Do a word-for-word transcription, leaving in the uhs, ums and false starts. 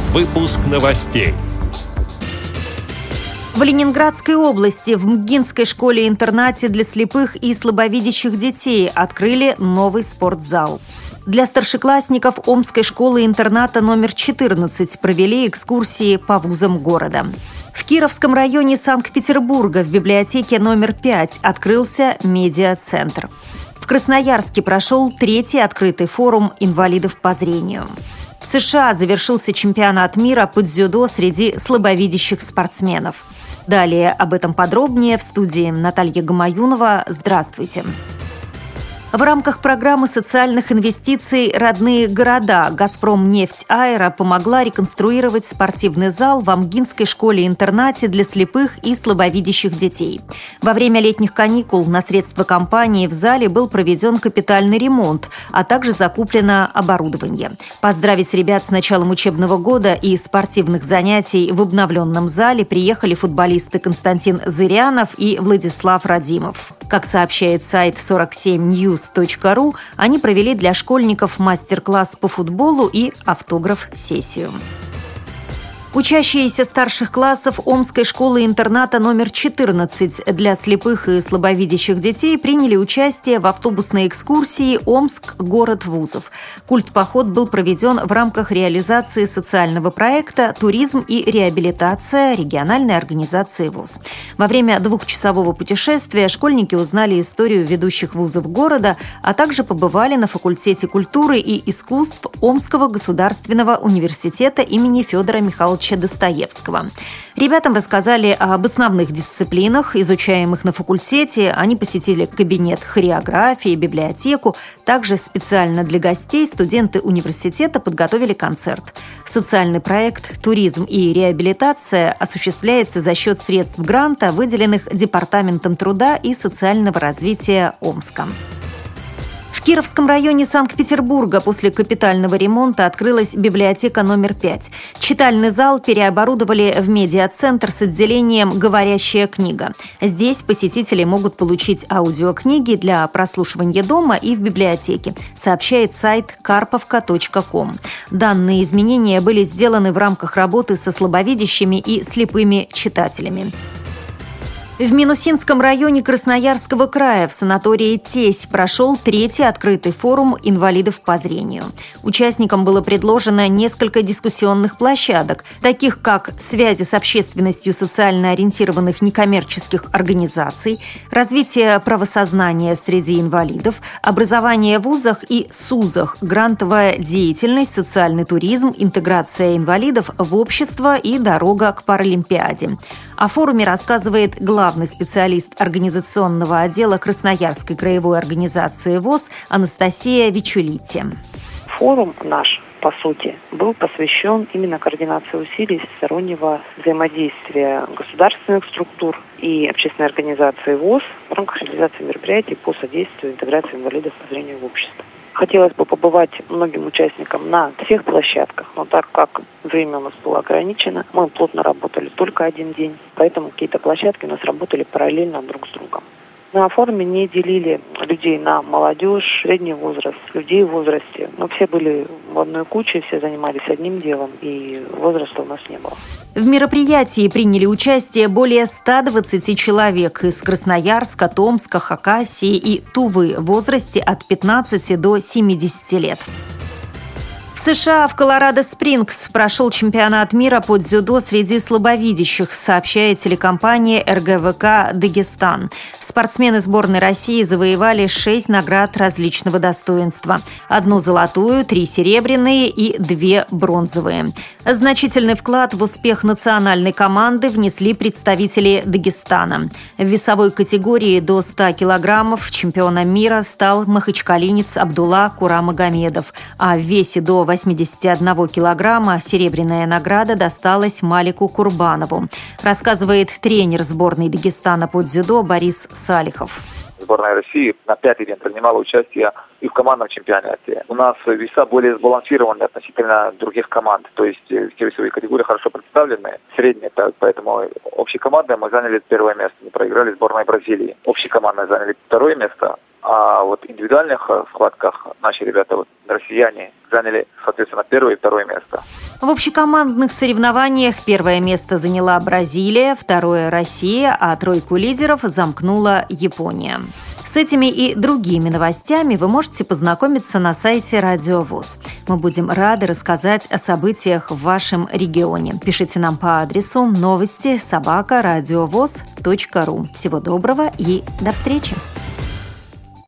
Выпуск новостей. В Ленинградской области в Мгинской школе-интернате для слепых и слабовидящих детей открыли новый спортзал. Для старшеклассников Омской школы-интерната номер четырнадцать провели экскурсии по вузам города. В Кировском районе Санкт-Петербурга в библиотеке номер пять открылся медиа-центр. В Красноярске прошел третий открытый форум инвалидов по зрению. В США завершился чемпионат мира по дзюдо среди слабовидящих спортсменов. Далее об этом подробнее в студии Наталья Гамаюнова. Здравствуйте. В рамках программы социальных инвестиций «Родные города» «Газпромнефть-Аэро» помогла реконструировать спортивный зал в Мгинской школе-интернате для слепых и слабовидящих детей. Во время летних каникул на средства компании в зале был проведен капитальный ремонт, а также закуплено оборудование. Поздравить ребят с началом учебного года и спортивных занятий в обновленном зале приехали футболисты Константин Зырянов и Владислав Радимов. Как сообщает сайт сорок семь ньюс точка ру, они провели для школьников мастер-класс по футболу и автограф-сессию. Учащиеся старших классов Омской школы-интерната номер четырнадцать для слепых и слабовидящих детей приняли участие в автобусной экскурсии «Омск. Город вузов». Культ-поход был проведен в рамках реализации социального проекта «Туризм и реабилитация» региональной организации ВОС. Во время двухчасового путешествия школьники узнали историю ведущих вузов города, а также побывали на факультете культуры и искусств Омского государственного университета имени Федора Михайловича Достоевского. Ребятам рассказали об основных дисциплинах, изучаемых на факультете. Они посетили кабинет хореографии, библиотеку. Также специально для гостей студенты университета подготовили концерт. Социальный проект «Туризм и реабилитация» осуществляется за счет средств гранта, выделенных Департаментом труда и социального развития Омска. В Кировском районе Санкт-Петербурга после капитального ремонта открылась библиотека номер пять. Читальный зал переоборудовали в медиа-центр с отделением «Говорящая книга». Здесь посетители могут получить аудиокниги для прослушивания дома и в библиотеке, сообщает сайт карповка точка ком. Данные изменения были сделаны в рамках работы со слабовидящими и слепыми читателями. В Минусинском районе Красноярского края в санатории «Тесь» прошел третий открытый форум инвалидов по зрению. Участникам было предложено несколько дискуссионных площадок, таких как связи с общественностью социально ориентированных некоммерческих организаций, развитие правосознания среди инвалидов, образование в вузах и СУЗах, грантовая деятельность, социальный туризм, интеграция инвалидов в общество и дорога к Паралимпиаде. О форуме рассказывает главный главный специалист организационного отдела Красноярской краевой организации ВОС Анастасия Вичулити. Форум наш, по сути, был посвящен именно координации усилий всестороннего взаимодействия государственных структур и общественной организации ВОС в рамках реализации мероприятий по содействию интеграции инвалидов по зрению в общество. Хотелось бы побывать многим участникам на всех площадках, но так как время у нас было ограничено, мы плотно работали только один день, поэтому какие-то площадки у нас работали параллельно друг с другом. На форуме не делили людей на молодежь, средний возраст, людей в возрасте. Но все были в одной куче, все занимались одним делом, и возраста у нас не было. В мероприятии приняли участие более ста двадцати человек из Красноярска, Томска, Хакасии и Тувы в возрасте от пятнадцати до семидесяти лет. В США в Колорадо-Спрингс прошел чемпионат мира по дзюдо среди слабовидящих, сообщает телекомпания эр гэ вэ ка «Дагестан». Спортсмены сборной России завоевали шесть наград различного достоинства. Одну золотую, три серебряные и две бронзовые. Значительный вклад в успех национальной команды внесли представители Дагестана. В весовой категории до ста килограммов чемпионом мира стал махачкалинец Абдулла Курамагомедов, а в весе до восьмидесяти одного килограмма серебряная награда досталась Малику Курбанову, рассказывает тренер сборной Дагестана по дзюдо Борис Салихов. Сборная России на пятый день принимала участие и в командном чемпионате. У нас веса более сбалансированы относительно других команд, то есть все весовые категории хорошо представлены, средние, поэтому общекомандные мы заняли первое место, не проиграли сборной Бразилии. Общекомандные заняли второе место, А вот в индивидуальных схватках наши ребята, вот россияне, заняли, соответственно, первое и второе место. В общекомандных соревнованиях первое место заняла Бразилия, второе – Россия, а тройку лидеров замкнула Япония. С этими и другими новостями вы можете познакомиться на сайте Радио ВОС. Мы будем рады рассказать о событиях в вашем регионе. Пишите нам по адресу новости собака радиовоз точка ру. Всего доброго и до встречи!